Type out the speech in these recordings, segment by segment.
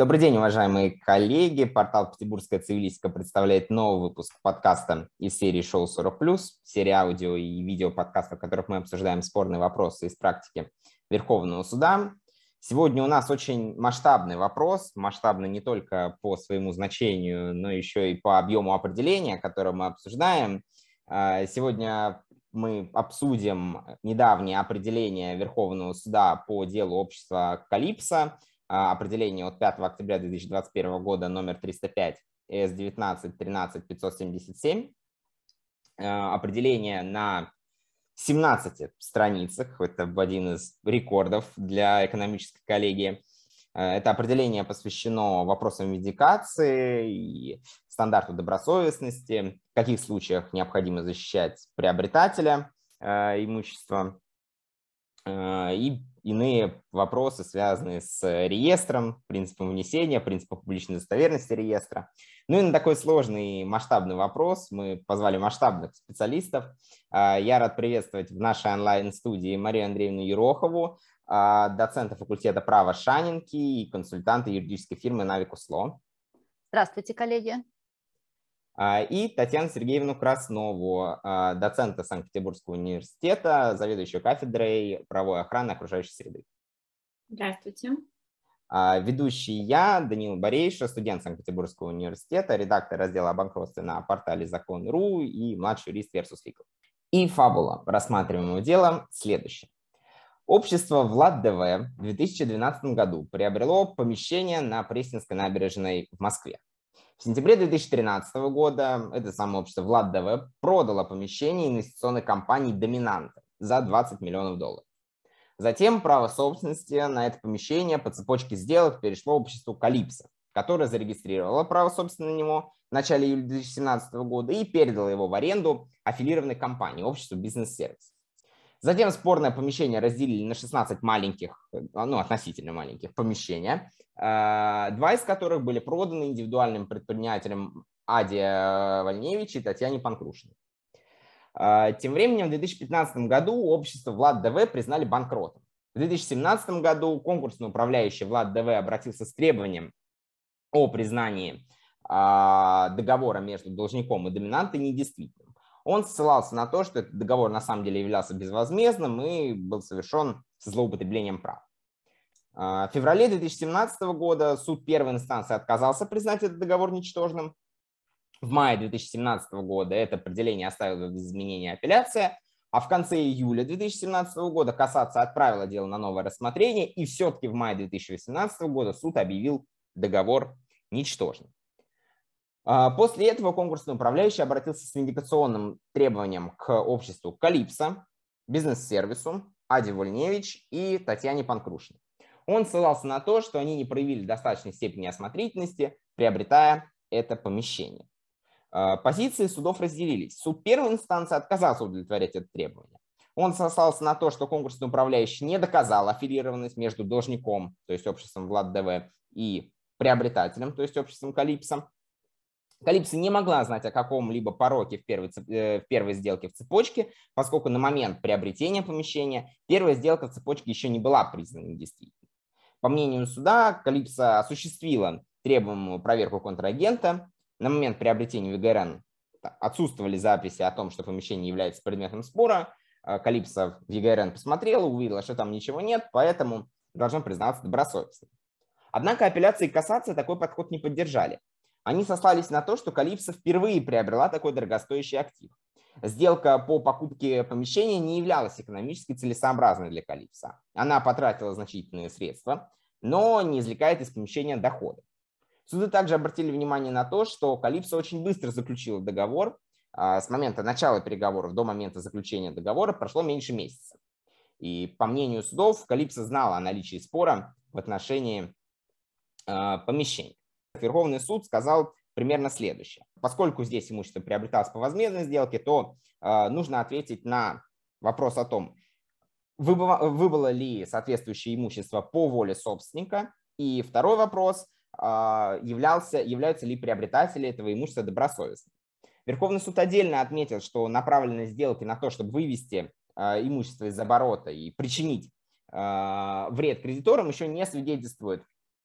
Добрый день, уважаемые коллеги. Портал «Петербургская цивилистика» представляет новый выпуск подкаста из серии «Шоу 40+», серии аудио и видео подкастов, в которых мы обсуждаем спорные вопросы из практики Верховного суда. Сегодня у нас очень масштабный вопрос, масштабный не только по своему значению, но еще и по объему определения, которое мы обсуждаем. Сегодня мы обсудим недавнее определение Верховного суда по делу общества «Калипсо», определение от 5 октября 2021 года номер 305 ЭС-19 13 577. Определение на 17 страницах, это один из рекордов для экономической коллегии. Это определение посвящено вопросам виндикации и стандарту добросовестности, в каких случаях необходимо защищать приобретателя имущества и иные вопросы, связанные с реестром, принципом внесения, принципом публичной достоверности реестра. Ну и на такой сложный и масштабный вопрос мы позвали масштабных специалистов. Я рад приветствовать в нашей онлайн-студии Марию Андреевну Ерохову, доцента факультета права Шанинки и консультанта юридической фирмы Навикус Ло. Здравствуйте, коллеги. И Татьяну Сергеевну Краснову, доцента Санкт-Петербургского университета, заведующую кафедрой правовой охраны окружающей среды. Здравствуйте. Ведущий я, Даниил Борейша, студент Санкт-Петербургского университета, редактор раздела о банкротстве на портале Закон.ру и младший юрист Versus Legal. И фабула рассматриваемого дела следующая. Общество Влад ДВ в 2012 году приобрело помещение на Пресненской набережной в Москве. В сентябре 2013 года это самое общество Влад ДВ продало помещение инвестиционной компании «Доминанта» за $20 миллионов. Затем право собственности на это помещение по цепочке сделок перешло обществу «Калипсо», которое зарегистрировало право собственности на него в начале июля 2017 года и передало его в аренду аффилированной компании обществу «Бизнес-сервис». Затем спорное помещение разделили на 16 маленьких, относительно маленьких помещения, два из которых были проданы индивидуальным предпринимателям Аде Вольневич и Татьяне Панкрушиной. Тем временем в 2015 году общество Влад ДВ признали банкротом. В 2017 году конкурсный управляющий Влад ДВ обратился с требованием о признании договора между должником и доминантой недействительным. Он ссылался на то, что этот договор на самом деле являлся безвозмездным и был совершен со злоупотреблением прав. В феврале 2017 года суд первой инстанции отказался признать этот договор ничтожным. В мае 2017 года это определение оставило без изменения апелляция, а в конце июля 2017 года кассация отправила дело на новое рассмотрение, и все-таки в мае 2018 года суд объявил договор ничтожным. После этого конкурсный управляющий обратился с виндикационным требованием к обществу «Калипсо», бизнес-сервису, Аде Вольневич и Татьяне Панкрушиной. Он ссылался на то, что они не проявили достаточной степени осмотрительности, приобретая это помещение. Позиции судов разделились. Суд первой инстанции отказался удовлетворять это требование. Он сослался на то, что конкурсный управляющий не доказал аффилированность между должником, то есть обществом Влад ДВ, и приобретателем, то есть обществом «Калипсо». Калипсо не могла знать о каком-либо пороке в первой сделке в цепочке, поскольку на момент приобретения помещения первая сделка в цепочке еще не была признана недействительной. По мнению суда, Калипсо осуществила требуемую проверку контрагента. На момент приобретения ВГРН отсутствовали записи о том, что помещение является предметом спора. Калипсо в ЕГРН посмотрела, увидела, что там ничего нет, поэтому должно признаться добросовестным. Однако апелляция и кассация такой подход не поддержали. Они сослались на то, что Калипсо впервые приобрела такой дорогостоящий актив. Сделка по покупке помещения не являлась экономически целесообразной для Калипсо. Она потратила значительные средства, но не извлекает из помещения дохода. Суды также обратили внимание на то, что Калипсо очень быстро заключила договор. С момента начала переговоров до момента заключения договора прошло меньше месяца. И по мнению судов, Калипсо знала о наличии спора в отношении помещения. Верховный суд сказал примерно следующее. Поскольку здесь имущество приобреталось по возмездной сделке, то нужно ответить на вопрос о том, выбыло ли соответствующее имущество по воле собственника. И второй вопрос, являются ли приобретатели этого имущества добросовестными. Верховный суд отдельно отметил, что направленность сделки на то, чтобы вывести имущество из оборота и причинить вред кредиторам, еще не свидетельствует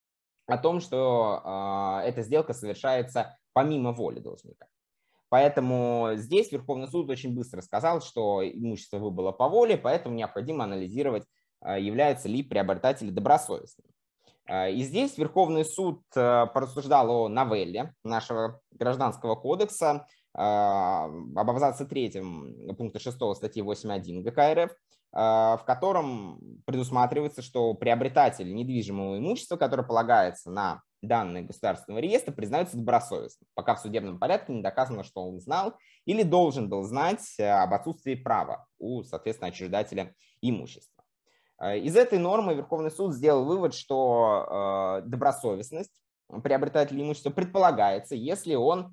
о том, что эта сделка совершается помимо воли должника. Поэтому здесь Верховный суд очень быстро сказал, что имущество выбыло по воле, поэтому необходимо анализировать, является ли приобретатель добросовестным. И здесь Верховный суд порассуждал о новелле нашего Гражданского кодекса, об абзаце 3 пункта 6 статьи 8.1 ГК РФ, в котором предусматривается, что приобретатель недвижимого имущества, которое полагается на данные государственного реестра, признается добросовестным, пока в судебном порядке не доказано, что он знал или должен был знать об отсутствии права у, соответственно, отчуждателя имущества. Из этой нормы Верховный суд сделал вывод, что добросовестность приобретателя имущества предполагается, если он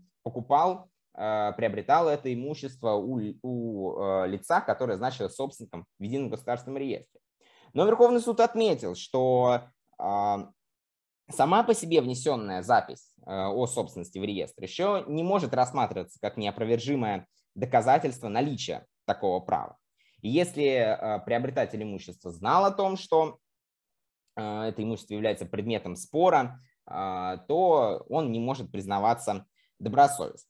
приобретал это имущество у лица, которое значилось собственником в едином государственном реестре. Но Верховный суд отметил, что сама по себе внесенная запись о собственности в реестр еще не может рассматриваться как неопровержимое доказательство наличия такого права. И если приобретатель имущества знал о том, что это имущество является предметом спора, то он не может признаваться добросовестным.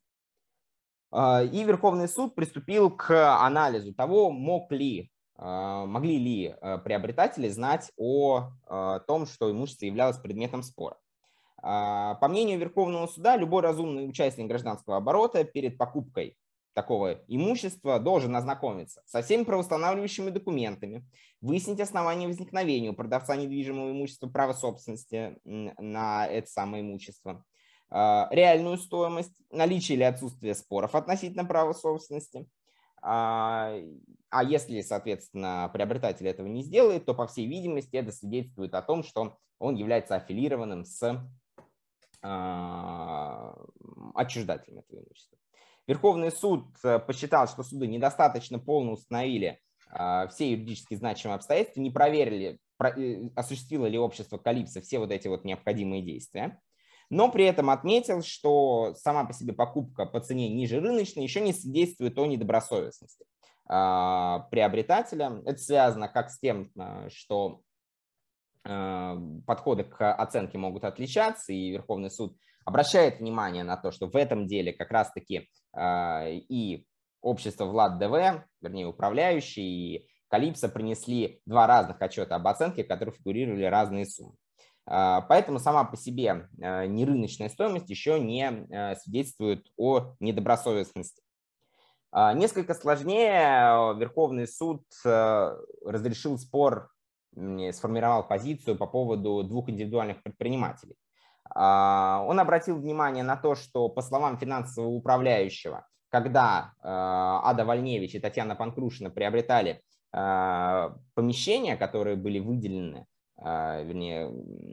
И Верховный суд приступил к анализу того, могли ли приобретатели знать о том, что имущество являлось предметом спора. По мнению Верховного суда, любой разумный участник гражданского оборота перед покупкой такого имущества должен ознакомиться со всеми правоустанавливающими документами, выяснить основания возникновения у продавца недвижимого имущества права собственности на это самое имущество, реальную стоимость, наличие или отсутствие споров относительно права собственности. А если, соответственно, приобретатель этого не сделает, то, по всей видимости, это свидетельствует о том, что он является аффилированным с отчуждателем этого имущества. Верховный суд посчитал, что суды недостаточно полно установили все юридически значимые обстоятельства, не проверили, осуществило ли общество Калипсо все вот эти вот необходимые действия, но при этом отметил, что сама по себе покупка по цене ниже рыночной еще не свидетельствует о недобросовестности приобретателя. Это связано как с тем, что подходы к оценке могут отличаться, и Верховный суд обращает внимание на то, что в этом деле как раз-таки и общество Влад ДВ, вернее управляющие, и Калипсо принесли два разных отчета об оценке, в которых фигурировали разные суммы. Поэтому сама по себе нерыночная стоимость еще не свидетельствует о недобросовестности. Несколько сложнее Верховный суд разрешил спор, сформировал позицию по поводу двух индивидуальных предпринимателей. Он обратил внимание на то, что, по словам финансового управляющего, когда Ада Вольневич и Татьяна Панкрушина приобретали помещения, которые были выделены, вернее,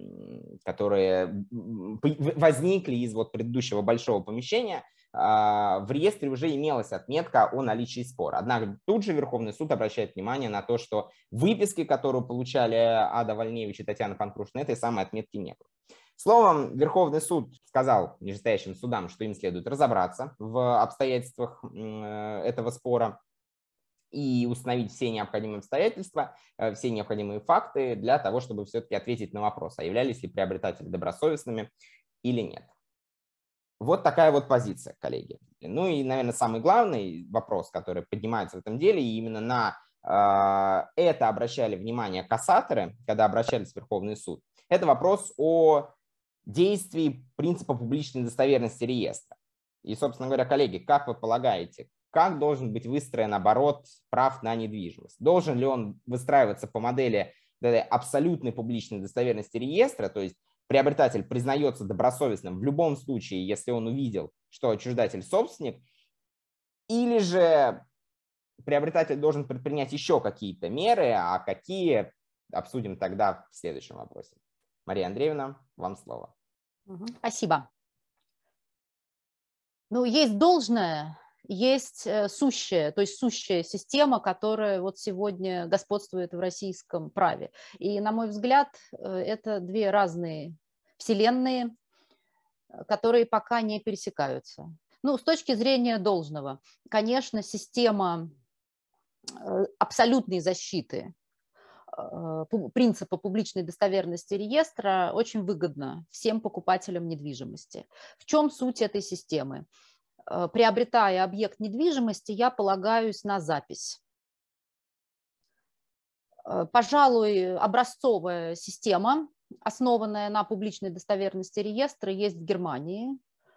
которые возникли из вот предыдущего большого помещения, в реестре уже имелась отметка о наличии спора. Однако тут же Верховный суд обращает внимание на то, что выписки, которую получали Ада Вольневич и Татьяна Панкрушина, этой самой отметки не было. Словом, Верховный суд сказал нижестоящим судам, что им следует разобраться в обстоятельствах этого спора и установить все необходимые обстоятельства, все необходимые факты для того, чтобы все-таки ответить на вопрос, а являлись ли приобретатели добросовестными или нет. Вот такая вот позиция, коллеги. Ну и, наверное, самый главный вопрос, который поднимается в этом деле, и именно на это обращали внимание кассаторы, когда обращались в Верховный суд, это вопрос о действии принципа публичной достоверности реестра. И, собственно говоря, коллеги, как вы полагаете, как должен быть выстроен оборот прав на недвижимость? Должен ли он выстраиваться по модели абсолютной публичной достоверности реестра, то есть приобретатель признается добросовестным в любом случае, если он увидел, что отчуждатель собственник, или же приобретатель должен предпринять еще какие-то меры, а какие обсудим тогда в следующем вопросе. Мария Андреевна, вам слово. Спасибо. Ну, есть должное, есть сущее, то есть сущая система, которая вот сегодня господствует в российском праве. И, на мой взгляд, это две разные вселенные, которые пока не пересекаются. Ну, с точки зрения должного, конечно, система абсолютной защиты принципа публичной достоверности реестра очень выгодно всем покупателям недвижимости. В чем суть этой системы? Приобретая объект недвижимости, я полагаюсь на запись. Пожалуй, образцовая система, основанная на публичной достоверности реестра, есть в Германии.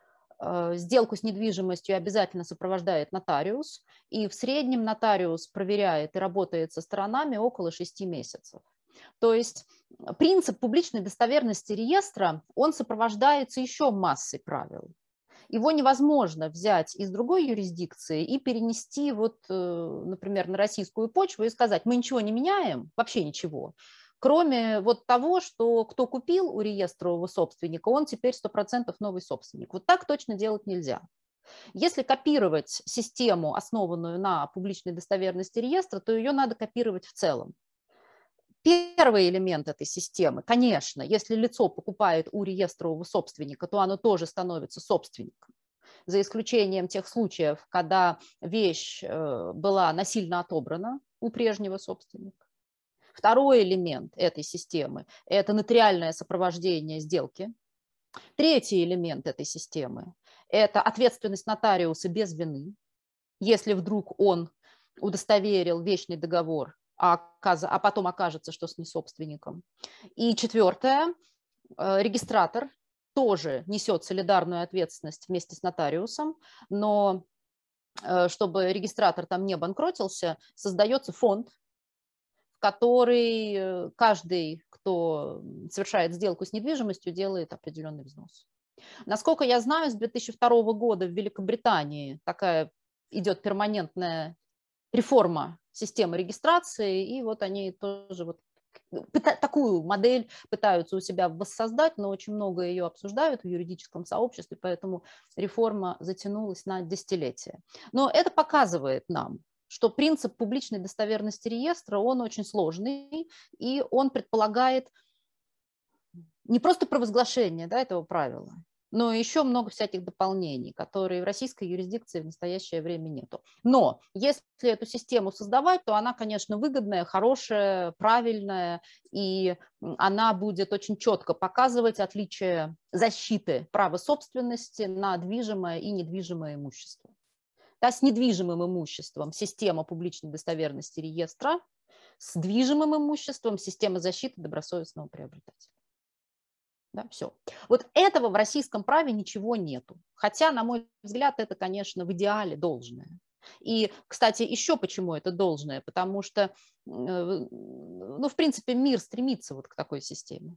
Сделку с недвижимостью обязательно сопровождает нотариус, и в среднем нотариус проверяет и работает со сторонами около 6 месяцев. То есть принцип публичной достоверности реестра, он сопровождается еще массой правил. Его невозможно взять из другой юрисдикции и перенести, вот, например, на российскую почву и сказать, мы ничего не меняем, вообще ничего, кроме вот того, что кто купил у реестрового собственника, он теперь 100% новый собственник. Вот так точно делать нельзя. Если копировать систему, основанную на публичной достоверности реестра, то ее надо копировать в целом. Первый элемент этой системы, конечно, если лицо покупает у реестрового собственника, то оно тоже становится собственником, за исключением тех случаев, когда вещь была насильно отобрана у прежнего собственника. Второй элемент этой системы – это нотариальное сопровождение сделки. Третий элемент этой системы – это ответственность нотариуса без вины, если вдруг он удостоверил вечный договор, а потом окажется, что с несобственником. И четвертое, регистратор тоже несет солидарную ответственность вместе с нотариусом, но чтобы регистратор там не банкротился, создается фонд, в который каждый, кто совершает сделку с недвижимостью, делает определенный взнос. Насколько я знаю, с 2002 года в Великобритании такая идет перманентная реформа системы регистрации, и вот они тоже вот такую модель пытаются у себя воссоздать, но очень много ее обсуждают в юридическом сообществе, поэтому реформа затянулась на десятилетия. Но это показывает нам, что принцип публичной достоверности реестра, он очень сложный, и он предполагает не просто провозглашение, да, этого правила, но еще много всяких дополнений, которые в российской юрисдикции в настоящее время нету. Но если эту систему создавать, то она, конечно, выгодная, хорошая, правильная, и она будет очень четко показывать отличие защиты права собственности на движимое и недвижимое имущество. Да, с недвижимым имуществом система публичной достоверности реестра, с движимым имуществом система защиты добросовестного приобретателя. Да, все. Вот этого в российском праве ничего нету. Хотя, на мой взгляд, это, конечно, в идеале должное. И, кстати, еще почему это должное? Потому что, ну, в принципе, мир стремится вот к такой системе.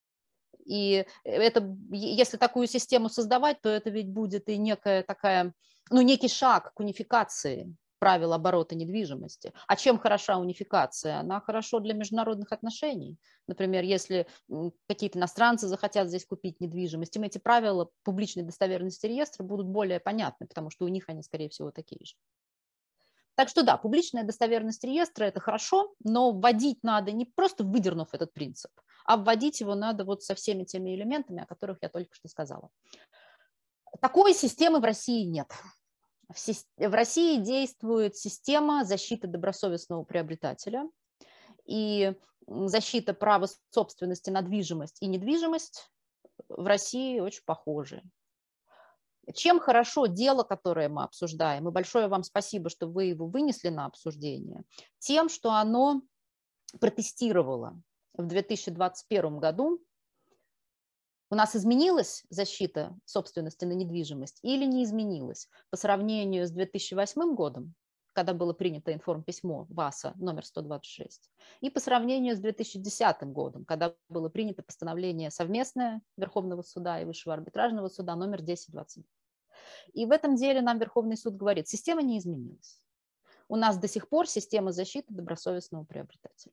И это, если такую систему создавать, то это ведь будет и некая такая, ну, некий шаг к унификации правил оборота недвижимости. А чем хороша унификация? Она хорошо для международных отношений. Например, если какие-то иностранцы захотят здесь купить недвижимость, им эти правила публичной достоверности реестра будут более понятны, потому что у них они, скорее всего, такие же. Так что да, публичная достоверность реестра – это хорошо, но вводить надо не просто выдернув этот принцип, а вводить его надо вот со всеми теми элементами, о которых я только что сказала. Такой системы в России нет. В России действует система защиты добросовестного приобретателя, и защита права собственности на движимость и недвижимость в России очень похожи. Чем хорошо дело, которое мы обсуждаем, и большое вам спасибо, что вы его вынесли на обсуждение, тем, что оно протестировало в 2021 году. У нас изменилась защита собственности на недвижимость или не изменилась по сравнению с 2008 годом, когда было принято информписьмо ВАСа номер 126, и по сравнению с 2010 годом, когда было принято постановление совместное Верховного суда и Высшего арбитражного суда номер 1022. И в этом деле нам Верховный суд говорит, система не изменилась. У нас до сих пор система защиты добросовестного приобретателя.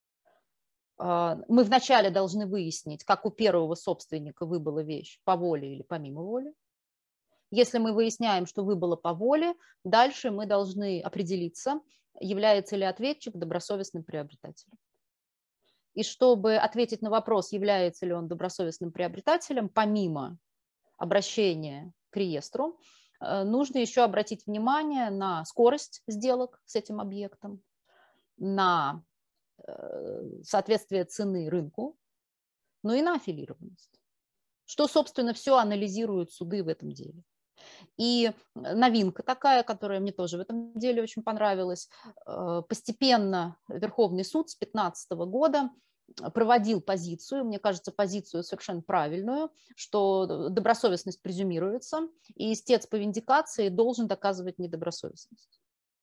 Мы вначале должны выяснить, как у первого собственника выбыла вещь, по воле или помимо воли. Если мы выясняем, что выбыло по воле, дальше мы должны определиться, является ли ответчик добросовестным приобретателем. И чтобы ответить на вопрос, является ли он добросовестным приобретателем, помимо обращения к реестру, нужно еще обратить внимание на скорость сделок с этим объектом, на соответствие цены рынку, но и на аффилированность. Что, собственно, все анализируют суды в этом деле. И новинка такая, которая мне тоже в этом деле очень понравилась, постепенно Верховный суд с 2015 года проводил позицию, мне кажется, позицию совершенно правильную, что добросовестность презюмируется, и истец по виндикации должен доказывать недобросовестность.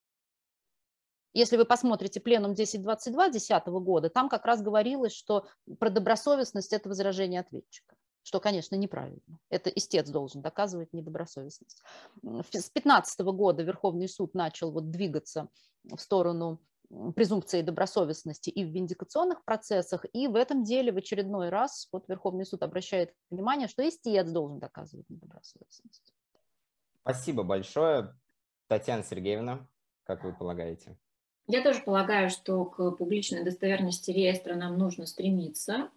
Если вы посмотрите пленум 1022 2010 года, там как раз говорилось, что про добросовестность – это возражение ответчика, что, конечно, неправильно. Это истец должен доказывать недобросовестность. С 2015 года Верховный суд начал двигаться в сторону презумпции добросовестности и в виндикационных процессах, и в этом деле в очередной раз Верховный суд обращает внимание, что истец должен доказывать недобросовестность. Спасибо большое. Татьяна Сергеевна, как вы полагаете? Я тоже полагаю, что к публичной достоверности реестра нам нужно стремиться,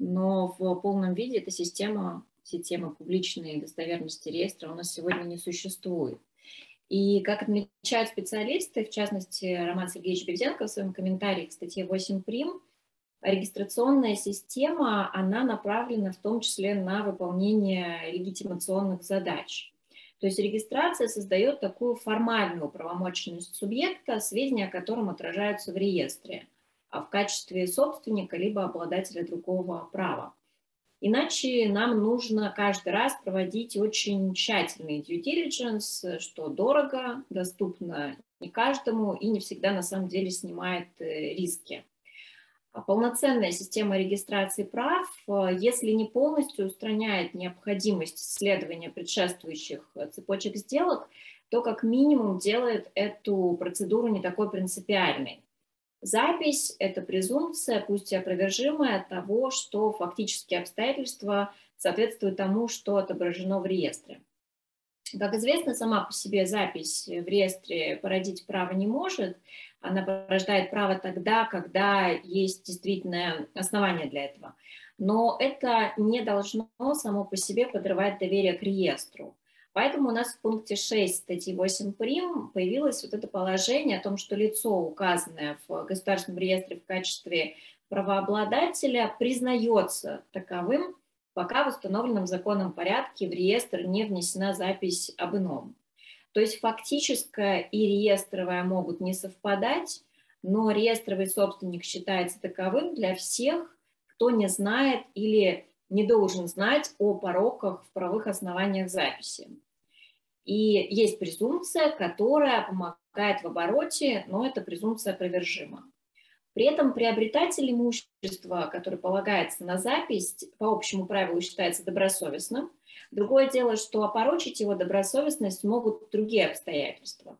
но в полном виде эта система публичной достоверности реестра у нас сегодня не существует. И как отмечают специалисты, в частности, Роман Сергеевич Бевзенко в своем комментарии к статье 8 прим., регистрационная система, она направлена в том числе на выполнение легитимационных задач. То есть регистрация создает такую формальную правомоченность субъекта, сведения о котором отражаются в реестре, а в качестве собственника либо обладателя другого права. Иначе нам нужно каждый раз проводить очень тщательный due diligence, что дорого, доступно не каждому и не всегда на самом деле снимает риски. Полноценная система регистрации прав, если не полностью устраняет необходимость исследования предшествующих цепочек сделок, то как минимум делает эту процедуру не такой принципиальной. Запись – это презумпция, пусть и опровержимая, того, что фактические обстоятельства соответствуют тому, что отображено в реестре. Как известно, сама по себе запись в реестре породить право не может. Она порождает право тогда, когда есть действительное основание для этого. Но это не должно само по себе подрывать доверие к реестру. Поэтому у нас в пункте 6 статьи 8 прим. Появилось это положение о том, что лицо, указанное в государственном реестре в качестве правообладателя, признается таковым, пока в установленном законом порядке в реестр не внесена запись об ином. То есть фактическое и реестровое могут не совпадать, но реестровый собственник считается таковым для всех, кто не знает или не должен знать о пороках в правовых основаниях записи. И есть презумпция, которая помогает в обороте, но эта презумпция опровержима. При этом приобретатель имущества, который полагается на запись, по общему правилу считается добросовестным. Другое дело, что опорочить его добросовестность могут другие обстоятельства.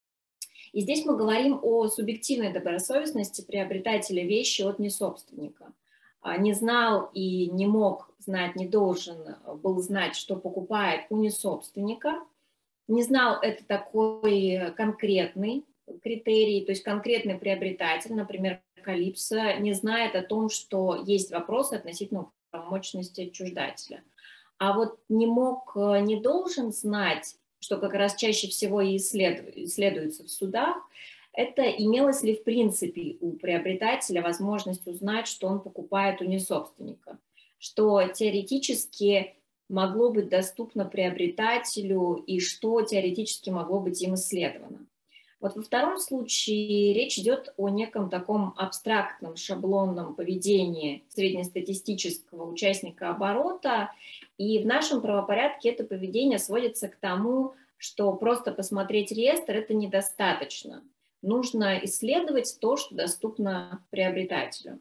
И здесь мы говорим о субъективной добросовестности приобретателя вещи от несобственника. Не знал и не мог знать, не должен был знать, что покупает у несобственника. Не знал — это такой конкретный критерий, то есть конкретный приобретатель, например, Калипсо, не знает о том, что есть вопросы относительно правомочности отчуждателя. А вот не мог, не должен знать, что как раз чаще всего и исследуется в судах, это имелось ли в принципе у приобретателя возможность узнать, что он покупает у несобственника, что теоретически могло быть доступно приобретателю и что теоретически могло быть им исследовано. Вот во втором случае речь идет о неком таком абстрактном шаблонном поведении среднестатистического участника оборота, и в нашем правопорядке это поведение сводится к тому, что просто посмотреть реестр – это недостаточно. Нужно исследовать то, что доступно приобретателю.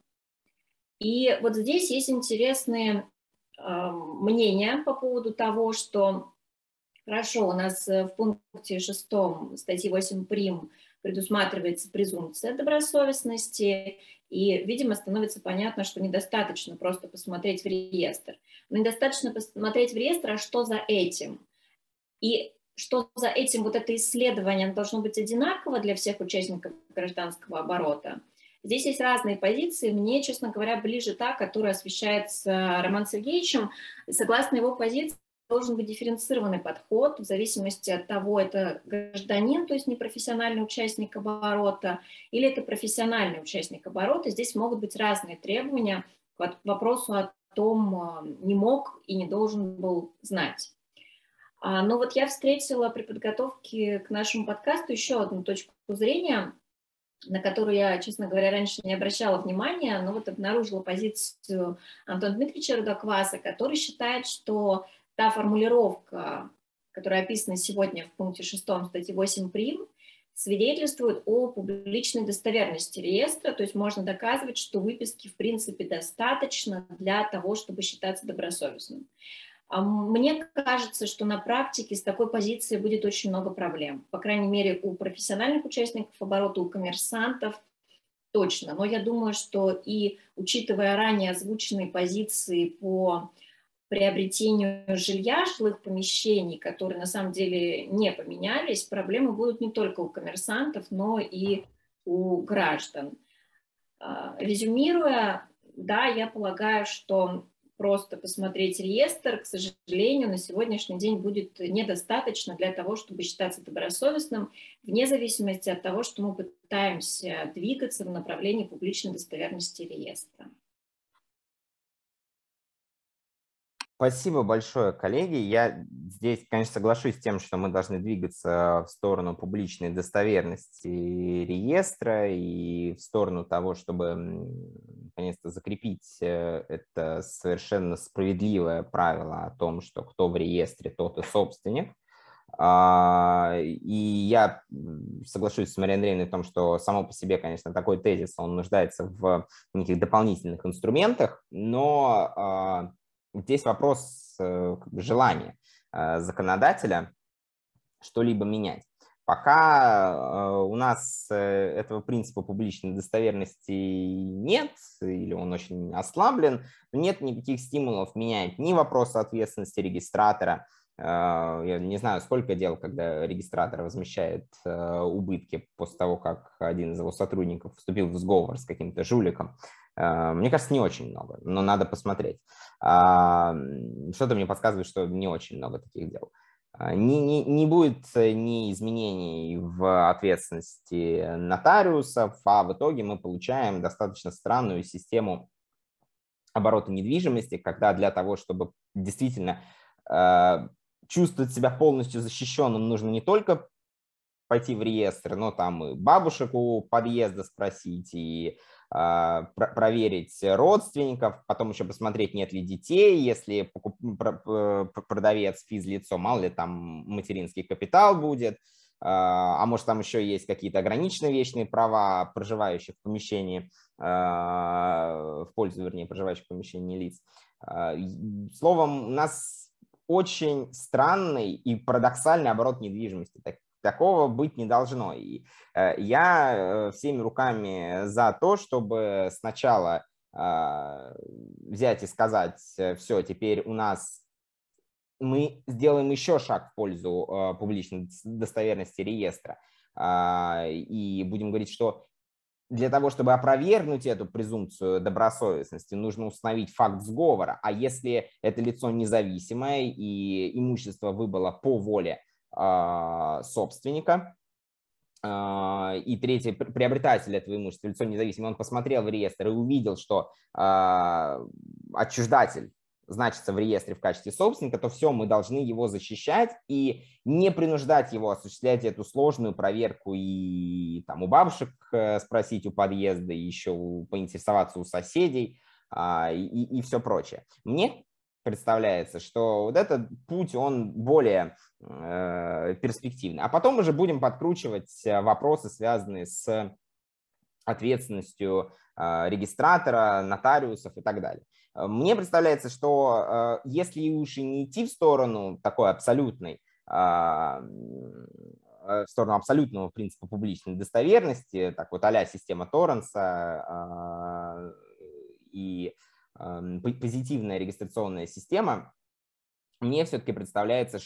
И вот здесь есть интересные мнения по поводу того, что хорошо, у нас в пункте 6 статьи 8 прим. Предусматривается презумпция добросовестности, и, видимо, становится понятно, что недостаточно просто посмотреть в реестр. Но недостаточно посмотреть в реестр, а что за этим? И что за этим вот это исследование должно быть одинаково для всех участников гражданского оборота. Здесь есть разные позиции. Мне, честно говоря, ближе та, которая освещается Романом Сергеевичем. Согласно его позиции, должен быть дифференцированный подход в зависимости от того, это гражданин, то есть непрофессиональный участник оборота, или это профессиональный участник оборота. Здесь могут быть разные требования к вопросу о том, не мог и не должен был знать. Но вот я встретила при подготовке к нашему подкасту еще одну точку зрения, на которую я, честно говоря, раньше не обращала внимания, но вот обнаружила позицию Антона Дмитриевича Рудокваса, который считает, что та формулировка, которая описана сегодня в пункте 6 статьи 8 прим., свидетельствует о публичной достоверности реестра, то есть можно доказывать, что выписки в принципе достаточно для того, чтобы считаться добросовестным. Мне кажется, что на практике с такой позицией будет очень много проблем. По крайней мере, у профессиональных участников оборота, у коммерсантов точно. Но я думаю, что и учитывая ранее озвученные позиции по приобретению жилья, жилых помещений, которые на самом деле не поменялись, проблемы будут не только у коммерсантов, но и у граждан. Резюмируя, да, я полагаю, что просто посмотреть реестр, к сожалению, на сегодняшний день будет недостаточно для того, чтобы считаться добросовестным, вне зависимости от того, что мы пытаемся двигаться в направлении публичной достоверности реестра. Спасибо большое, коллеги. Я здесь, конечно, соглашусь с тем, что мы должны двигаться в сторону публичной достоверности реестра и в сторону того, чтобы наконец-то закрепить это совершенно справедливое правило о том, что кто в реестре, тот и собственник. И я соглашусь с Марией Андреевной в том, что само по себе, конечно, такой тезис, он нуждается в неких дополнительных инструментах, но здесь вопрос желания законодателя что-либо менять. Пока у нас этого принципа публичной достоверности нет, или он очень ослаблен, нет никаких стимулов менять ни вопрос ответственности регистратора. Я не знаю, сколько дел, когда регистратор возмещает убытки после того, как один из его сотрудников вступил в сговор с каким-то жуликом. Мне кажется, не очень много, но надо посмотреть. Что-то мне подсказывает, что не очень много таких дел. Не будет ни изменений в ответственности нотариусов, а в итоге мы получаем достаточно странную систему оборота недвижимости, когда для того, чтобы действительно чувствовать себя полностью защищенным, нужно не только пойти в реестр, но там и бабушек у подъезда спросить, и проверить родственников, потом еще посмотреть, нет ли детей, если продавец физлицо, мало ли там материнский капитал будет, а может там еще есть какие-то ограниченные вечные права проживающих в помещении, в пользу, вернее, проживающих в помещении лиц. Словом, у нас очень странный и парадоксальный оборот недвижимости. Такого быть не должно. И я всеми руками за то, чтобы сначала взять и сказать, все, теперь у нас мы сделаем еще шаг в пользу публичной достоверности реестра. И будем говорить, что для того, чтобы опровергнуть эту презумпцию добросовестности, нужно установить факт сговора. А если это лицо независимое и имущество выбыло по воле собственника, и третий, приобретатель этого имущества, лицо независимое, он посмотрел в реестр и увидел, что отчуждатель значится в реестре в качестве собственника, то все, мы должны его защищать и не принуждать его осуществлять эту сложную проверку и там у бабушек спросить у подъезда, и еще поинтересоваться у соседей и все прочее. Мне представляется, что вот этот путь, он более перспективный. А потом уже будем подкручивать вопросы, связанные с ответственностью регистратора, нотариусов и так далее. Мне представляется, что если уж и не идти в сторону такой абсолютной, в сторону абсолютного принципа публичной достоверности, так вот а-ля система Торренса и позитивная регистрационная система, мне все-таки представляется,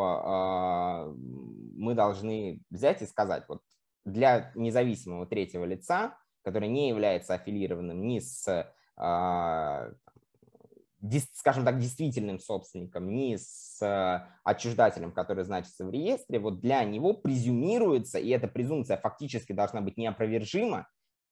что мы должны взять и сказать, вот для независимого третьего лица, который не является аффилированным ни с скажем так, действительным собственником, ни с отчуждателем, который значится в реестре, вот для него презюмируется, и эта презумпция фактически должна быть неопровержима,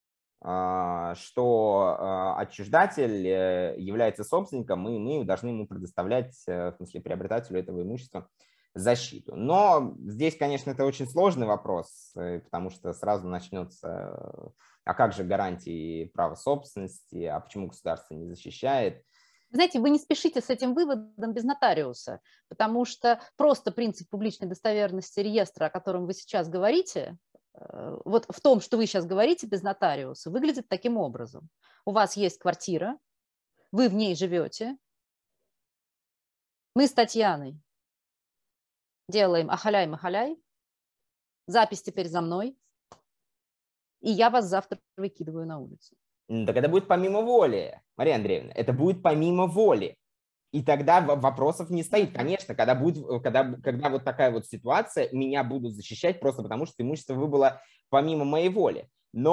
что отчуждатель является собственником, и мы должны ему предоставлять, в смысле приобретателю этого имущества, защиту. Но здесь, конечно, это очень сложный вопрос, потому что сразу начнется, а как же гарантии права собственности, а почему государство не защищает? Знаете, вы не спешите с этим выводом без нотариуса, потому что просто принцип публичной достоверности реестра, о котором вы сейчас говорите, вот в том, что вы сейчас говорите без нотариуса, выглядит таким образом. У вас есть квартира, вы в ней живете, мы с Татьяной делаем ахаляй-махаляй, запись теперь за мной, и я вас завтра выкидываю на улицу. Так это будет помимо воли, Мария Андреевна, это будет помимо воли. И тогда вопросов не стоит. Конечно, когда вот такая вот ситуация, меня будут защищать просто потому, что имущество выбыло помимо моей воли.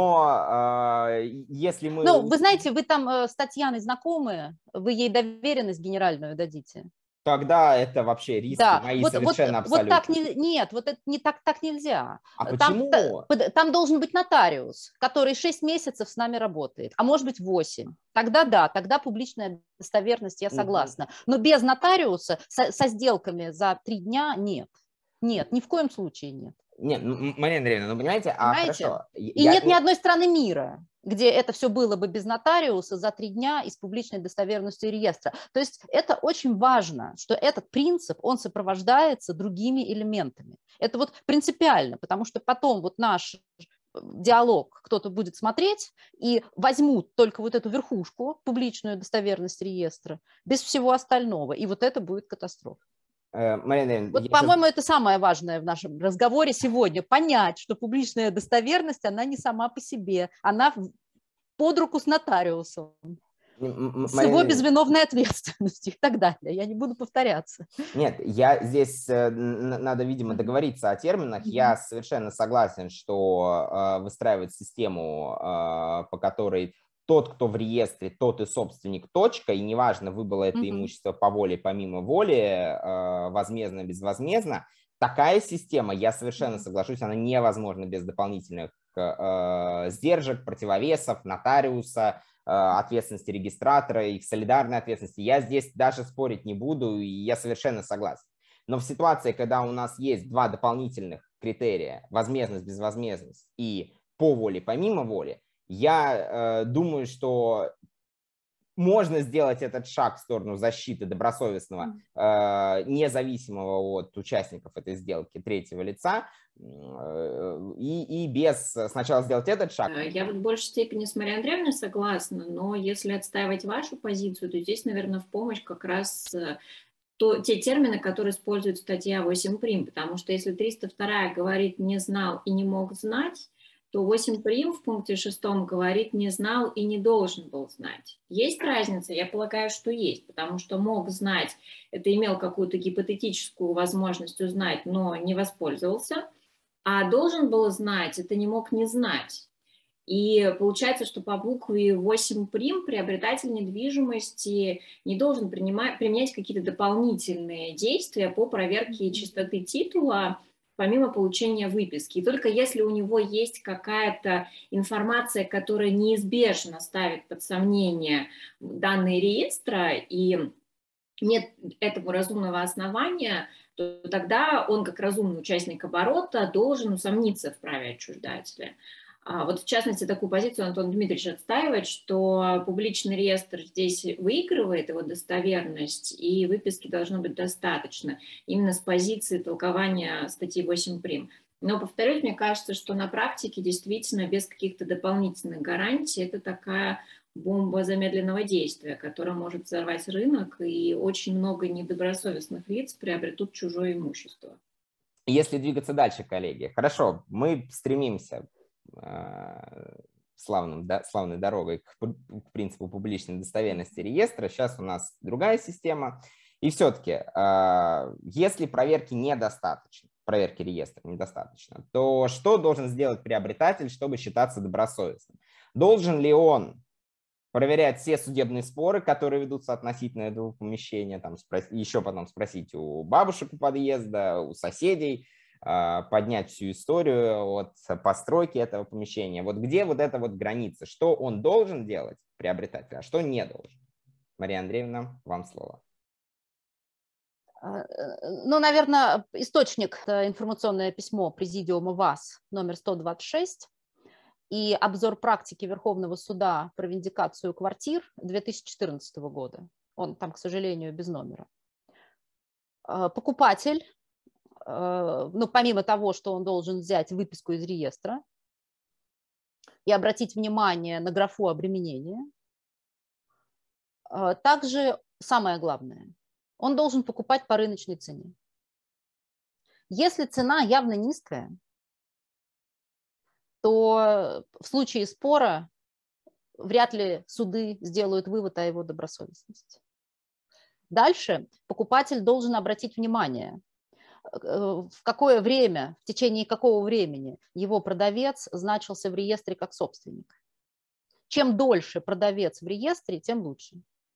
Но если мы... Ну, вы знаете, вы там с Татьяной знакомы, вы ей доверенность генеральную дадите. Тогда это вообще риски мои совершенно абсолютно. Вот так нет, вот это не так нельзя. А почему? Там должен быть нотариус, который 6 месяцев с нами работает, а может быть 8. Тогда да, тогда публичная достоверность, я согласна. Но без нотариуса со сделками за 3 дня нет. Нет, ни в коем случае нет. Нет, Мария Андреевна, ну понимаете? Хорошо. И нет ни одной страны мира, где это все было бы без нотариуса за 3 дня и с публичной достоверностью реестра. То есть это очень важно, что этот принцип, он сопровождается другими элементами. Это вот принципиально, потому что потом вот наш диалог кто-то будет смотреть и возьмут только вот эту верхушку, публичную достоверность реестра, без всего остального, и вот это будет катастрофа. Марина, вот, по-моему, это самое важное в нашем разговоре сегодня. Понять, что публичная достоверность, она не сама по себе. Она под руку с нотариусом. С его безвиновной ответственностью и так далее. Я не буду повторяться. Нет, здесь надо, видимо, договориться о терминах. Я совершенно согласен, что выстраивать систему, по которой тот, кто в реестре, тот и собственник, точка, и неважно, выбыло это имущество по воле, помимо воли, возмездно, безвозмездно, такая система, я совершенно соглашусь, она невозможна без дополнительных сдержек, противовесов, нотариуса, ответственности регистратора, их солидарной ответственности. Я здесь даже спорить не буду, и я совершенно согласен. Но в ситуации, когда у нас есть 2 дополнительных критерия, возмездность, безвозмездность и по воле, помимо воли, я думаю, что можно сделать этот шаг в сторону защиты добросовестного, независимого от участников этой сделки третьего лица, и без сначала сделать этот шаг. Я в большей степени с Марией Андреевной согласна, но если отстаивать вашу позицию, то здесь, наверное, в помощь как раз те термины, которые использует статья 8 прим, потому что если 302 говорит «не знал и не мог знать», то 8 прим в пункте 6 говорит «не знал и не должен был знать». Есть разница? Я полагаю, что есть, потому что мог знать, это имел какую-то гипотетическую возможность узнать, но не воспользовался, а должен был знать, это не мог не знать. И получается, что по букве 8 прим приобретатель недвижимости не должен применять какие-то дополнительные действия по проверке чистоты титула, помимо получения выписки. И только если у него есть какая-то информация, которая неизбежно ставит под сомнение данные реестра, и нет этому разумного основания, то тогда он, как разумный участник оборота, должен усомниться в праве отчуждателя. Вот в частности такую позицию Антон Дмитриевич отстаивает, что публичный реестр здесь выигрывает его достоверность, и выписки должно быть достаточно именно с позиции толкования статьи 8 прим. Но, повторюсь, мне кажется, что на практике действительно без каких-то дополнительных гарантий это такая бомба замедленного действия, которая может взорвать рынок, и очень много недобросовестных лиц приобретут чужое имущество. Если двигаться дальше, коллеги, хорошо, мы стремимся славной дорогой к принципу публичной достоверности реестра. Сейчас у нас другая система. И все-таки, если проверки недостаточно, проверки реестра недостаточно, то что должен сделать приобретатель, чтобы считаться добросовестным? Должен ли он проверять все судебные споры, которые ведутся относительно этого помещения, там, еще потом спросить у бабушек у подъезда, у соседей, поднять всю историю от постройки этого помещения. Вот где вот эта вот граница, что он должен делать, приобретатель, а что не должен? Мария Андреевна, вам слово. Ну, наверное, источник – информационное письмо Президиума ВАС номер 126 и обзор практики Верховного суда про виндикацию квартир 2014 года. Он там, к сожалению, без номера. Покупатель, ну, помимо того, что он должен взять выписку из реестра и обратить внимание на графу обременения, также самое главное – он должен покупать по рыночной цене. Если цена явно низкая, то в случае спора вряд ли суды сделают вывод о его добросовестности. Дальше покупатель должен обратить внимание, в какое время, в течение какого времени его продавец значился в реестре как собственник. Чем дольше продавец в реестре, тем лучше.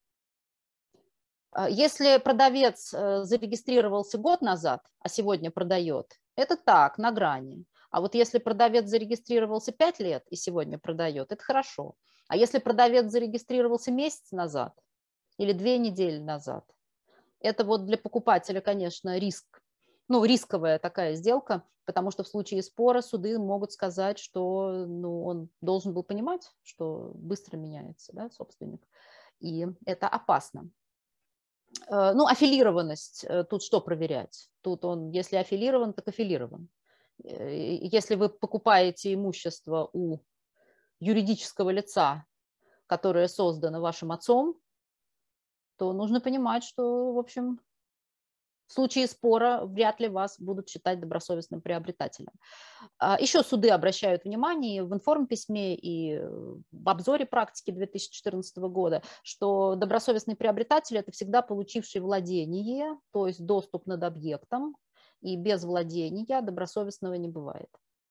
Если продавец зарегистрировался год назад, а сегодня продает, это так, на грани. А вот если продавец зарегистрировался 5 лет и сегодня продает, это хорошо. А если продавец зарегистрировался месяц назад или 2 недели назад, это вот для покупателя, конечно, риск. Ну, рисковая такая сделка, потому что в случае спора суды могут сказать, что ну, он должен был понимать, что быстро меняется, да, собственник. И это опасно. Ну, аффилированность, тут что проверять? Тут он, если аффилирован, так аффилирован. Если вы покупаете имущество у юридического лица, которое создано вашим отцом, то нужно понимать, что, в общем, в случае спора вряд ли вас будут считать добросовестным приобретателем. Еще суды обращают внимание в информписьме и в обзоре практики 2014 года, что добросовестный приобретатель – это всегда получивший владение, то есть доступ над объектом, и без владения добросовестного не бывает.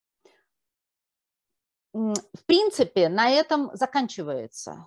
В принципе, на этом заканчивается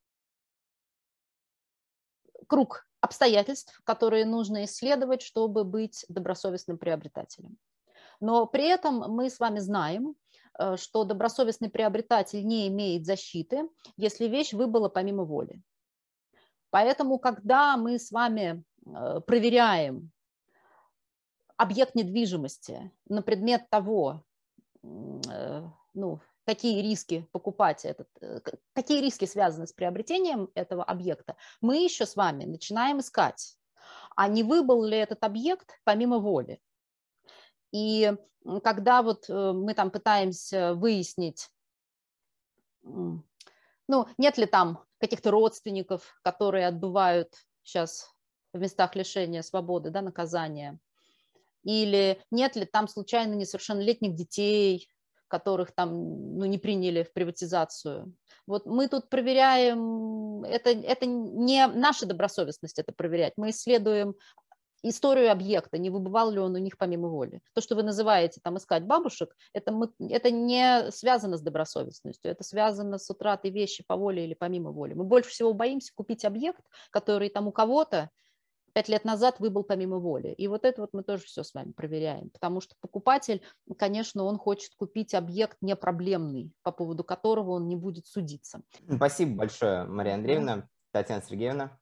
круг обстоятельств, которые нужно исследовать, чтобы быть добросовестным приобретателем. Но при этом мы с вами знаем, что добросовестный приобретатель не имеет защиты, если вещь выбыла помимо воли. Поэтому, когда мы с вами проверяем объект недвижимости на предмет того, ну, какие риски покупать какие риски связаны с приобретением этого объекта, мы еще с вами начинаем искать, а не выбыл ли этот объект помимо воли. И когда вот мы там пытаемся выяснить, ну, нет ли там каких-то родственников, которые отбывают сейчас в местах лишения свободы, да, наказания, или нет ли там случайно несовершеннолетних детей, которых там ну, не приняли в приватизацию. Вот мы тут проверяем, это не наша добросовестность это проверять, мы исследуем историю объекта, не выбывал ли он у них помимо воли. То, что вы называете там искать бабушек, это не связано с добросовестностью, это связано с утратой вещи по воле или помимо воли. Мы больше всего боимся купить объект, который там у кого-то 5 лет назад выбыл помимо воли. И вот это вот мы тоже все с вами проверяем, потому что покупатель, конечно, он хочет купить объект непроблемный, по поводу которого он не будет судиться. Спасибо большое, Мария Андреевна. Татьяна Сергеевна.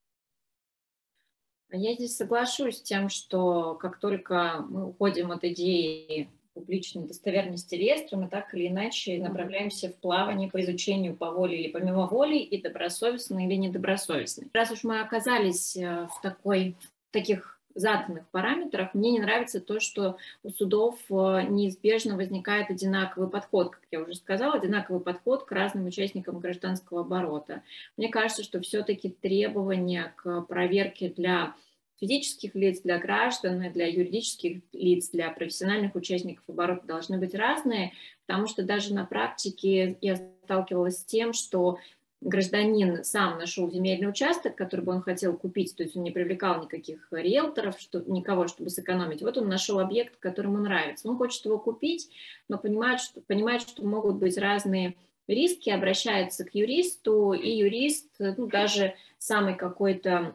Я здесь соглашусь с тем, что как только мы уходим от идеи публичной достоверности реестра, мы так или иначе направляемся в плавание по изучению по воле или помимо воли, и добросовестный или недобросовестный. Раз уж мы оказались в таких заданных параметрах, мне не нравится то, что у судов неизбежно возникает одинаковый подход, как я уже сказала, одинаковый подход к разным участникам гражданского оборота. Мне кажется, что все-таки требования к проверке для физических лиц, для граждан, для юридических лиц, для профессиональных участников оборота должны быть разные, потому что даже на практике я сталкивалась с тем, что гражданин сам нашел земельный участок, который бы он хотел купить, то есть он не привлекал никаких риэлторов, никого, чтобы сэкономить. Вот он нашел объект, который ему нравится. Он хочет его купить, но понимает, что могут быть разные риски, обращаются к юристу, и юрист, ну, даже самая какая-то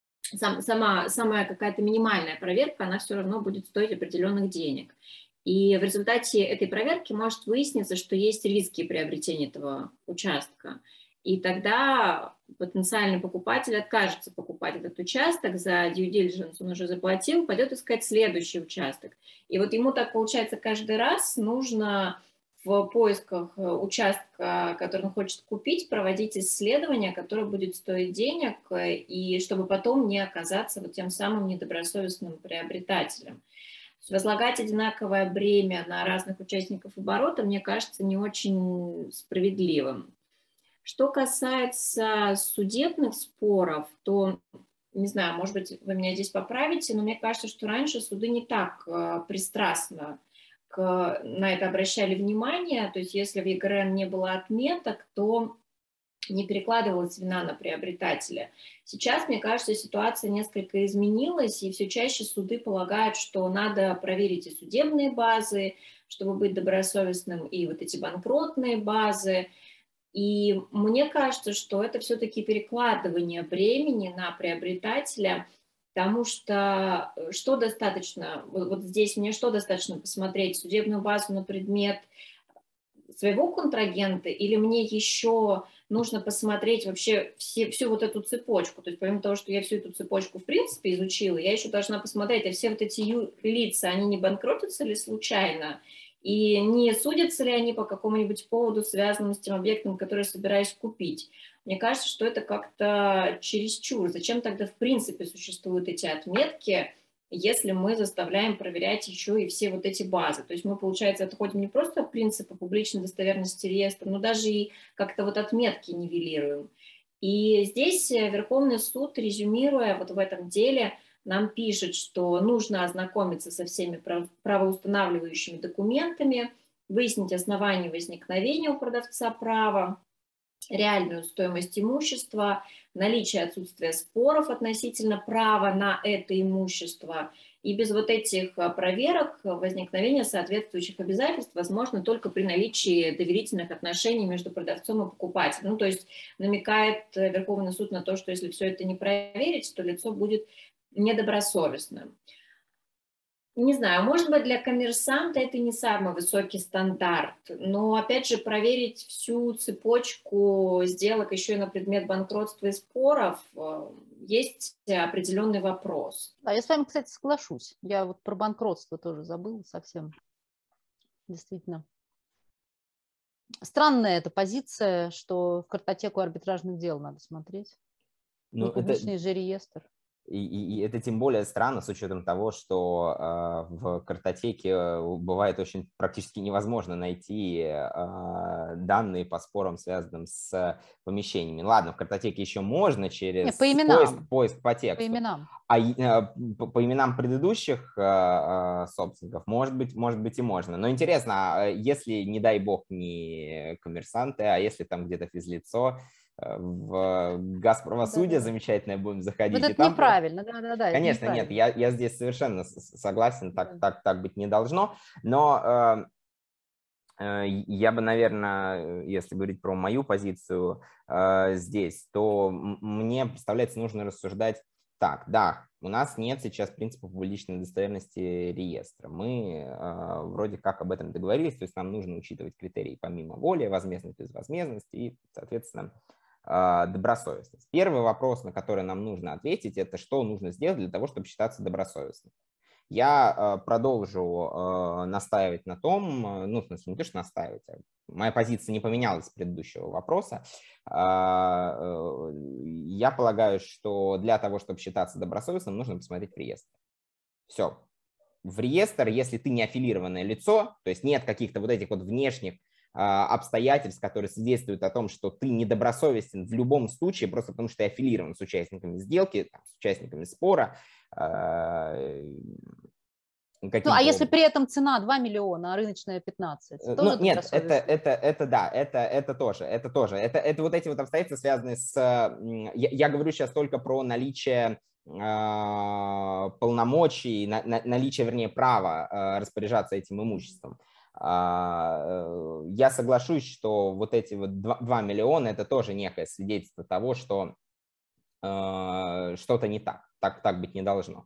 минимальная проверка, она все равно будет стоить определенных денег. И в результате этой проверки может выясниться, что есть риски приобретения этого участка. И тогда потенциальный покупатель откажется покупать этот участок, за due diligence он уже заплатил, пойдет искать следующий участок. И вот ему так получается каждый раз нужно в поисках участка, который он хочет купить, проводить исследование, которое будет стоить денег, и чтобы потом не оказаться вот тем самым недобросовестным приобретателем. Возлагать одинаковое бремя на разных участников оборота, мне кажется, не очень справедливым. Что касается судебных споров, то, не знаю, может быть, вы меня здесь поправите, но мне кажется, что раньше суды не так пристрастно на это обращали внимание. То есть если в ЕГРН не было отметок, то не перекладывалась вина на приобретателя. Сейчас, мне кажется, ситуация несколько изменилась, и все чаще суды полагают, что надо проверить и судебные базы, чтобы быть добросовестным, и вот эти банкротные базы. И мне кажется, что это все-таки перекладывание бремени на приобретателя, потому что достаточно, вот здесь мне что достаточно посмотреть, судебную базу на предмет своего контрагента, или мне еще нужно посмотреть вообще всю вот эту цепочку. То есть помимо того, что я всю эту цепочку в принципе изучила, я еще должна посмотреть, а все вот эти лица, они не банкротятся ли случайно, и не судятся ли они по какому-нибудь поводу, связанному с тем объектом, который я собираюсь купить. Мне кажется, что это как-то чересчур. Зачем тогда в принципе существуют эти отметки, если мы заставляем проверять еще и все вот эти базы? То есть мы, получается, отходим не просто от принципа публичной достоверности реестра, но даже и как-то вот отметки нивелируем. И здесь Верховный суд, резюмируя вот в этом деле, нам пишет, что нужно ознакомиться со всеми правоустанавливающими документами, выяснить основания возникновения у продавца права, реальную стоимость имущества, наличие отсутствия споров относительно права на это имущество. И без вот этих проверок возникновение соответствующих обязательств возможно только при наличии доверительных отношений между продавцом и покупателем. Ну, то есть намекает Верховный суд на то, что если все это не проверить, то лицо будет недобросовестным. Не знаю, может быть, для коммерсанта это не самый высокий стандарт, но, опять же, проверить всю цепочку сделок еще и на предмет банкротства и споров есть определенный вопрос. Да, я с вами, кстати, соглашусь. Я вот про банкротство тоже забыла совсем. Действительно. Странная эта позиция, что в картотеку арбитражных дел надо смотреть. Ну, публичный же реестр. И это тем более странно с учетом того, что в картотеке бывает очень практически невозможно найти данные по спорам, связанным с помещениями. Ладно, в картотеке еще можно через поиск по тексту. По именам. А по именам предыдущих собственников, может быть и можно. Но интересно, если, не дай бог, не коммерсанты, а если там где-то физлицо, в Газправосудие замечательное будем заходить. Вот это там неправильно, да. Конечно, нет, я здесь совершенно согласен, так быть не должно, но я бы, наверное, если говорить про мою позицию здесь, то мне, представляется, нужно рассуждать так: да, у нас нет сейчас принципа публичной достоверности реестра, мы вроде как об этом договорились, то есть нам нужно учитывать критерии помимо воли, возмездность, безвозмездность и, соответственно, добросовестность. Первый вопрос, на который нам нужно ответить, это что нужно сделать для того, чтобы считаться добросовестным. Я продолжу настаивать на том, ну, в смысле, не то, что настаивать, а моя позиция не поменялась с предыдущего вопроса. Я полагаю, что для того, чтобы считаться добросовестным, нужно посмотреть в реестр. Все. В реестр, если ты не аффилированное лицо, то есть нет каких-то вот этих вот внешних обстоятельств, которые свидетельствуют о том, что ты недобросовестен в любом случае, просто потому что ты аффилирован с участниками сделки, с участниками спора. Ну, а если при этом цена 2 миллиона, а рыночная 15? Ну, нет, это тоже. Это вот эти вот обстоятельства, связанные с... Я говорю сейчас только про наличие полномочий, наличие, вернее, права распоряжаться этим имуществом. Я соглашусь, что вот эти вот 2 миллиона – это тоже некое свидетельство того, что что-то не так. Так быть не должно.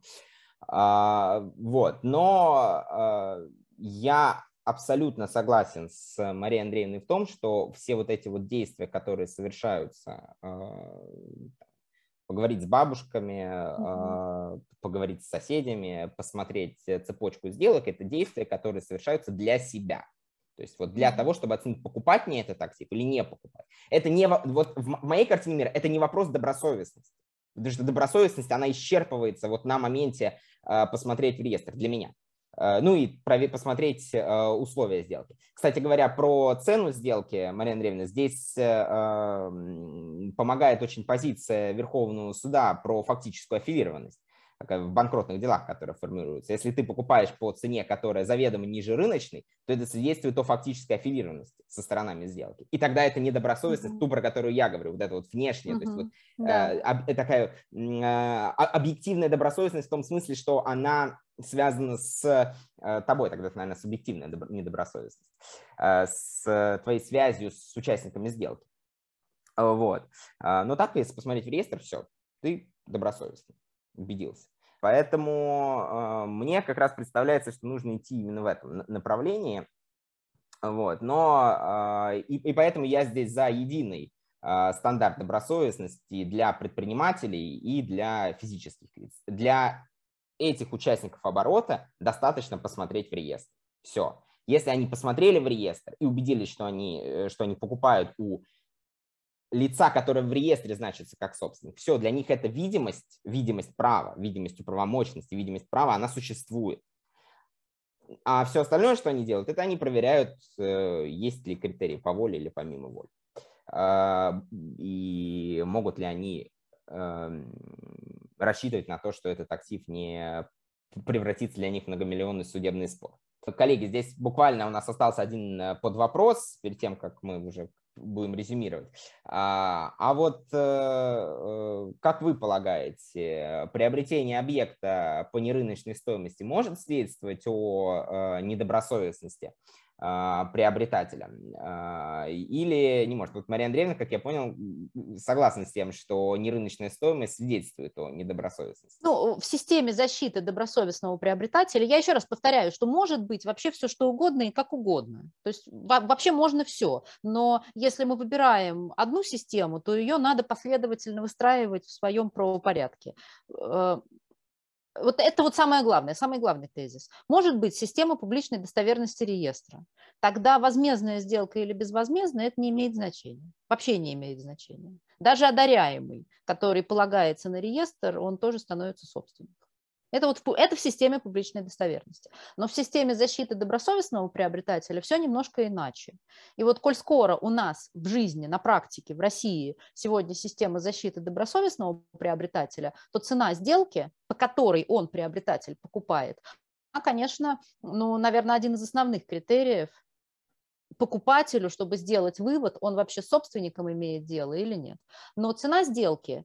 Вот. Но я абсолютно согласен с Марией Андреевной в том, что все вот эти вот действия, которые совершаются, поговорить с бабушками, поговорить с соседями, посмотреть цепочку сделок, это действия, которые совершаются для себя. То есть вот для того, чтобы оценить, покупать мне этот актив или не покупать. Это не, вот в моей картине мира это не вопрос добросовестности. Потому что добросовестность, она исчерпывается вот на моменте посмотреть в реестр для меня. Ну и посмотреть условия сделки. Кстати говоря, про цену сделки, Мария Андреевна, здесь помогает очень позиция Верховного суда про фактическую аффилированность в банкротных делах, которые формируются. Если ты покупаешь по цене, которая заведомо ниже рыночной, то это свидетельствует о фактической аффилированности со сторонами сделки. И тогда это недобросовестность, ту, про которую я говорю, вот это вот внешняя, то есть вот, такая объективная добросовестность в том смысле, что она связана с тобой, тогда это, наверное, субъективная недобросовестность, с твоей связью с участниками сделки. Вот. Но так, если посмотреть в реестр, все, ты добросовестный, убедился. Поэтому мне как раз представляется, что нужно идти именно в этом направлении. Вот. Но и поэтому я здесь за единый стандарт добросовестности для предпринимателей и для физических лиц. Для этих участников оборота достаточно посмотреть в реестр. Все. Если они посмотрели в реестр и убедились, что они покупают у лица, которое в реестре значится как собственник, все, для них это видимость права, видимость управомоченности, видимость права, она существует. А все остальное, что они делают, это они проверяют, есть ли критерии по воле или помимо воли. И могут ли они рассчитывать на то, что этот актив не превратится для них в многомиллионный судебный спор. Коллеги, здесь буквально у нас остался один подвопрос перед тем, как мы уже будем резюмировать. А вот как вы полагаете, приобретение объекта по нерыночной стоимости может свидетельствовать о недобросовестности приобретателя или не может? Вот Мария Андреевна, как я понял, согласна с тем, что нерыночная стоимость свидетельствует о недобросовестности. Ну, в системе защиты добросовестного приобретателя, я еще раз повторяю, что может быть вообще все, что угодно и как угодно. То есть вообще можно все. Но если мы выбираем одну систему, то ее надо последовательно выстраивать в своем правопорядке. Вот это вот самое главное, самый главный тезис. Может быть система публичной достоверности реестра. Тогда возмездная сделка или безвозмездная, это не имеет значения. Вообще не имеет значения. Даже одаряемый, который полагается на реестр, он тоже становится собственником. Это в системе публичной достоверности. Но в системе защиты добросовестного приобретателя все немножко иначе. И вот коль скоро у нас в жизни, на практике, в России сегодня система защиты добросовестного приобретателя, то цена сделки, по которой он, приобретатель, покупает, она, конечно, наверное, один из основных критериев покупателю, чтобы сделать вывод, он вообще с собственником имеет дело или нет. Но цена сделки,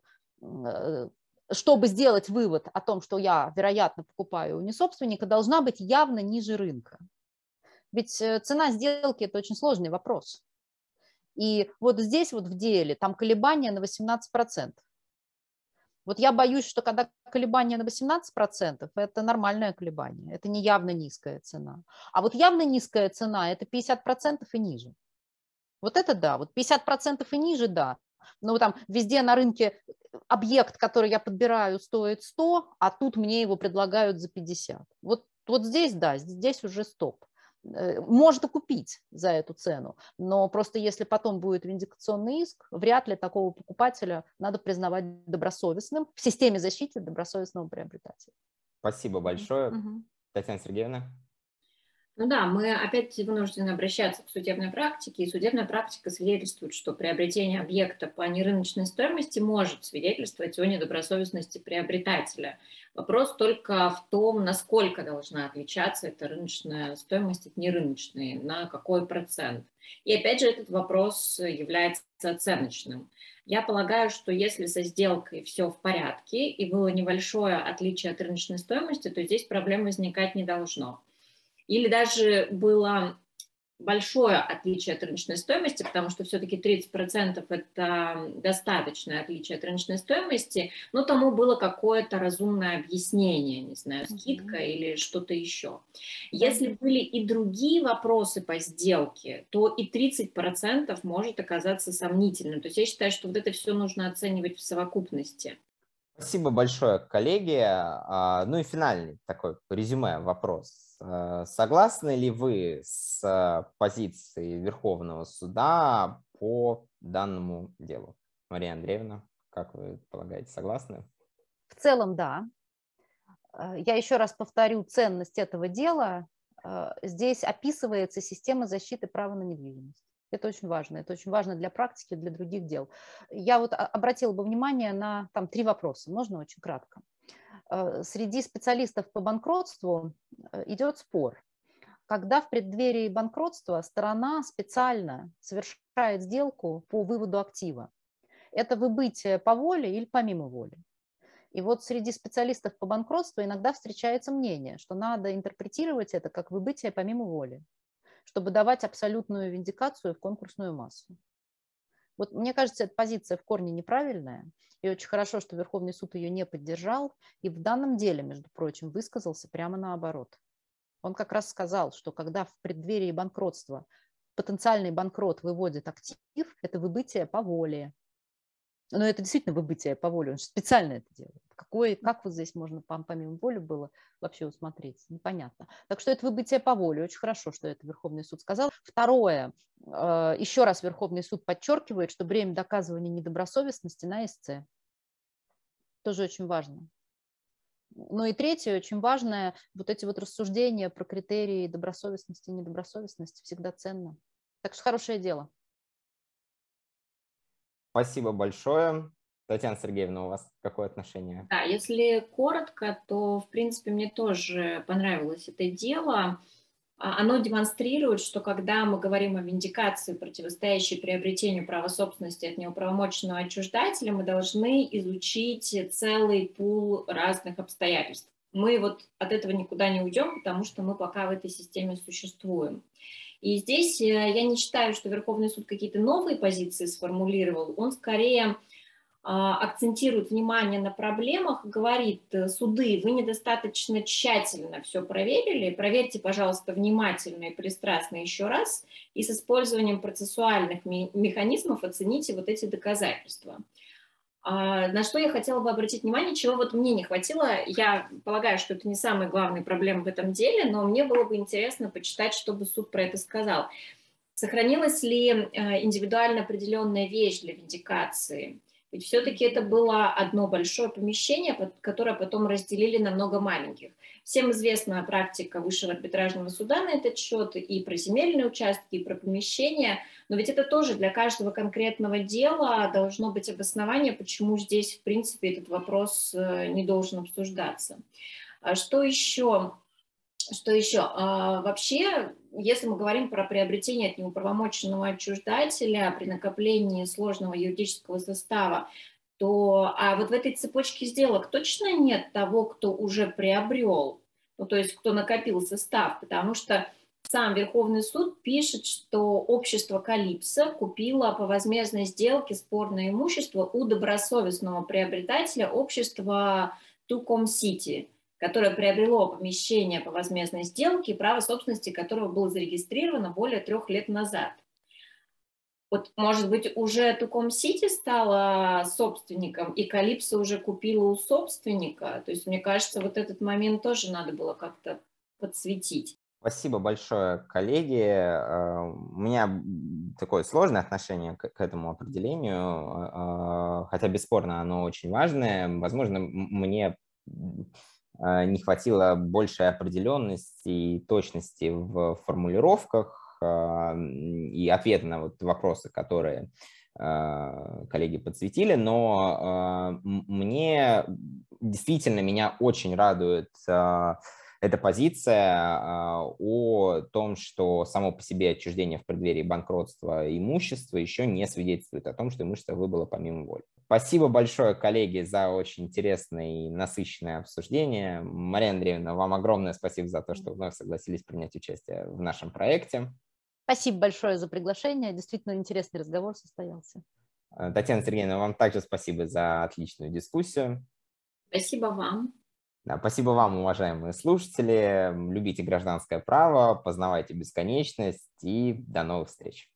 чтобы сделать вывод о том, что я, вероятно, покупаю у несобственника, должна быть явно ниже рынка. Ведь цена сделки – это очень сложный вопрос. И вот здесь вот в деле там колебания на 18%. Вот я боюсь, что когда колебания на 18%, это нормальное колебание, это не явно низкая цена. А вот явно низкая цена – это 50% и ниже. Вот это да, вот 50% и ниже, да. Но там везде на рынке объект, который я подбираю, стоит 100, а тут мне его предлагают за 50. Вот здесь, да, здесь уже стоп. Можно купить за эту цену, но просто если потом будет виндикационный иск, вряд ли такого покупателя надо признавать добросовестным в системе защиты добросовестного приобретателя. Спасибо большое. Татьяна Сергеевна. Ну да, мы опять вынуждены обращаться к судебной практике, и судебная практика свидетельствует, что приобретение объекта по нерыночной стоимости может свидетельствовать о недобросовестности приобретателя. Вопрос только в том, насколько должна отличаться эта рыночная стоимость от нерыночной, на какой процент. И опять же этот вопрос является оценочным. Я полагаю, что если со сделкой все в порядке и было небольшое отличие от рыночной стоимости, то здесь проблем возникать не должно. Или даже было большое отличие от рыночной стоимости, потому что все-таки 30% это достаточное отличие от рыночной стоимости, но тому было какое-то разумное объяснение, не знаю, скидка или что-то еще. Если были и другие вопросы по сделке, то и 30% может оказаться сомнительным. То есть я считаю, что вот это все нужно оценивать в совокупности. Спасибо большое, коллеги. Ну и финальный такой резюме вопрос. Согласны ли вы с позицией Верховного суда по данному делу? Мария Андреевна, как вы полагаете, согласны? В целом, да. Я еще раз повторю ценность этого дела. Здесь описывается система защиты права на недвижимость. Это очень важно. Это очень важно для практики, для других дел. Я вот обратила бы внимание на там 3 вопроса. Можно очень кратко? Среди специалистов по банкротству идет спор. Когда в преддверии банкротства сторона специально совершает сделку по выводу актива. Это выбытие по воле или помимо воли. И вот среди специалистов по банкротству иногда встречается мнение, что надо интерпретировать это как выбытие помимо воли, чтобы давать абсолютную виндикацию в конкурсную массу. Вот мне кажется, эта позиция в корне неправильная, и очень хорошо, что Верховный суд ее не поддержал, и в данном деле, между прочим, высказался прямо наоборот. Он как раз сказал, что когда в преддверии банкротства потенциальный банкрот выводит актив, это выбытие по воле. Но это действительно выбытие по воле, он же специально это делает. Как вот здесь можно помимо воли было вообще усмотреть? Непонятно. Так что это выбытие по воле. Очень хорошо, что это Верховный суд сказал. Второе. Еще раз Верховный суд подчеркивает, что бремя доказывания недобросовестности на СЦ. Тоже очень важно. Ну и третье, очень важное, вот эти вот рассуждения про критерии добросовестности и недобросовестности всегда ценно. Так что хорошее дело. Спасибо большое. Татьяна Сергеевна, у вас какое отношение? Да, если коротко, то, в принципе, мне тоже понравилось это дело. Оно демонстрирует, что когда мы говорим о виндикации, противостоящей приобретению права собственности от неуправомоченного отчуждателя, мы должны изучить целый пул разных обстоятельств. Мы вот от этого никуда не уйдем, потому что мы пока в этой системе существуем. И здесь я не считаю, что Верховный суд какие-то новые позиции сформулировал, он скорее акцентирует внимание на проблемах, говорит: суды, вы недостаточно тщательно все проверили, проверьте, пожалуйста, внимательно и пристрастно еще раз, и с использованием процессуальных механизмов оцените вот эти доказательства. На что я хотела бы обратить внимание, чего вот мне не хватило. Я полагаю, что это не самая главная проблема в этом деле, но мне было бы интересно почитать, что бы суд про это сказал. Сохранилась ли индивидуально определенная вещь для виндикации? Ведь все-таки это было одно большое помещение, которое потом разделили на много маленьких. Всем известна практика Высшего арбитражного суда на этот счет, и про земельные участки, и про помещения, но ведь это тоже для каждого конкретного дела должно быть обоснование, почему здесь, в принципе, этот вопрос не должен обсуждаться. Что еще? Вообще, если мы говорим про приобретение от неуправомоченного отчуждателя при накоплении сложного юридического состава, то вот в этой цепочке сделок точно нет того, кто уже приобрел, ну, то есть кто накопил состав, потому что сам Верховный суд пишет, что общество Калипсо купило по возмездной сделке спорное имущество у добросовестного приобретателя общества Туком Сити, которое приобрело помещение по возмездной сделке, право собственности которого было зарегистрировано более 3 лет назад. Вот, может быть, уже Туком Сити стала собственником, и Калипсо уже купила у собственника. То есть, мне кажется, вот этот момент тоже надо было как-то подсветить. Спасибо большое, коллеги. У меня такое сложное отношение к этому определению, хотя бесспорно оно очень важное. Возможно, мне не хватило большей определенности и точности в формулировках и ответа на вот вопросы, которые коллеги подсветили, но меня очень радует эта позиция о том, что само по себе отчуждение в преддверии банкротства имущества еще не свидетельствует о том, что имущество выбыло помимо воли. Спасибо большое, коллеги, за очень интересное и насыщенное обсуждение. Мария Андреевна, вам огромное спасибо за то, что вновь согласились принять участие в нашем проекте. Спасибо большое за приглашение. Действительно интересный разговор состоялся. Татьяна Сергеевна, вам также спасибо за отличную дискуссию. Спасибо вам. Да, спасибо вам, уважаемые слушатели. Любите гражданское право, познавайте бесконечность и до новых встреч.